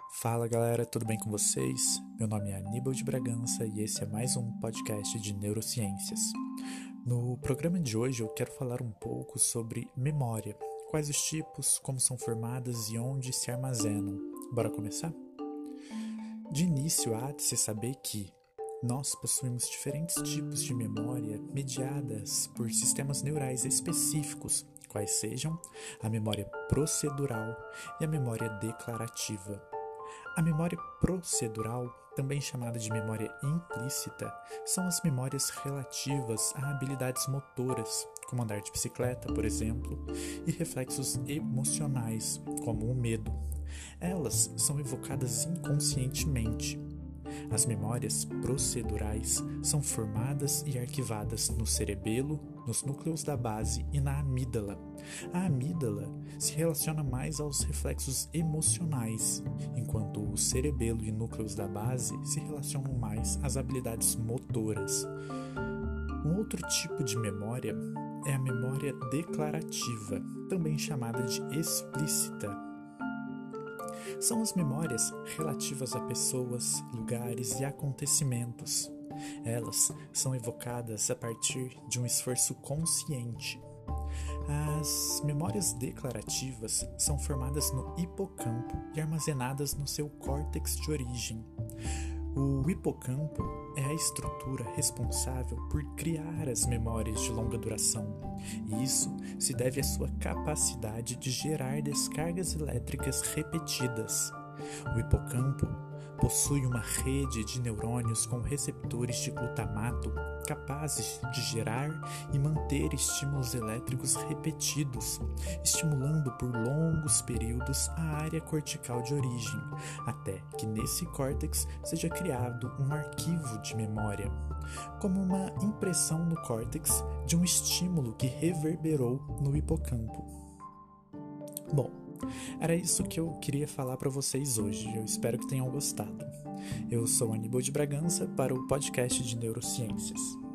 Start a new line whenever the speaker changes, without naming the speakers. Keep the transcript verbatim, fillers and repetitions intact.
Fala galera, tudo bem com vocês? Meu nome é Aníbal de Bragança e esse é mais um podcast de neurociências. No programa de hoje eu quero falar um pouco sobre memória, quais os tipos, como são formadas e onde se armazenam. Bora começar? De início há de se saber que nós possuímos diferentes tipos de memória mediadas por sistemas neurais específicos, quais sejam a memória procedural e a memória declarativa. A memória procedural, também chamada de memória implícita, são as memórias relativas a habilidades motoras, como andar de bicicleta, por exemplo, e reflexos emocionais, como o medo. Elas são evocadas inconscientemente. As memórias procedurais são formadas e arquivadas no cerebelo, nos núcleos da base e na amígdala. A amígdala se relaciona mais aos reflexos emocionais, enquanto o cerebelo e núcleos da base se relacionam mais às habilidades motoras. Um outro tipo de memória é a memória declarativa, também chamada de explícita. São as memórias relativas a pessoas, lugares e acontecimentos. Elas são evocadas a partir de um esforço consciente. As memórias declarativas são formadas no hipocampo e armazenadas no seu córtex de origem. O hipocampo é a estrutura responsável por criar as memórias de longa duração, e isso se deve à sua capacidade de gerar descargas elétricas repetidas. O hipocampo possui uma rede de neurônios com receptores de glutamato capazes de gerar e manter estímulos elétricos repetidos, estimulando por longos períodos a área cortical de origem, até que nesse córtex seja criado um arquivo de memória, como uma impressão no córtex de um estímulo que reverberou no hipocampo. Bom, era isso que eu queria falar para vocês hoje. Eu espero que tenham gostado. Eu sou Aníbal de Bragança para o podcast de neurociências.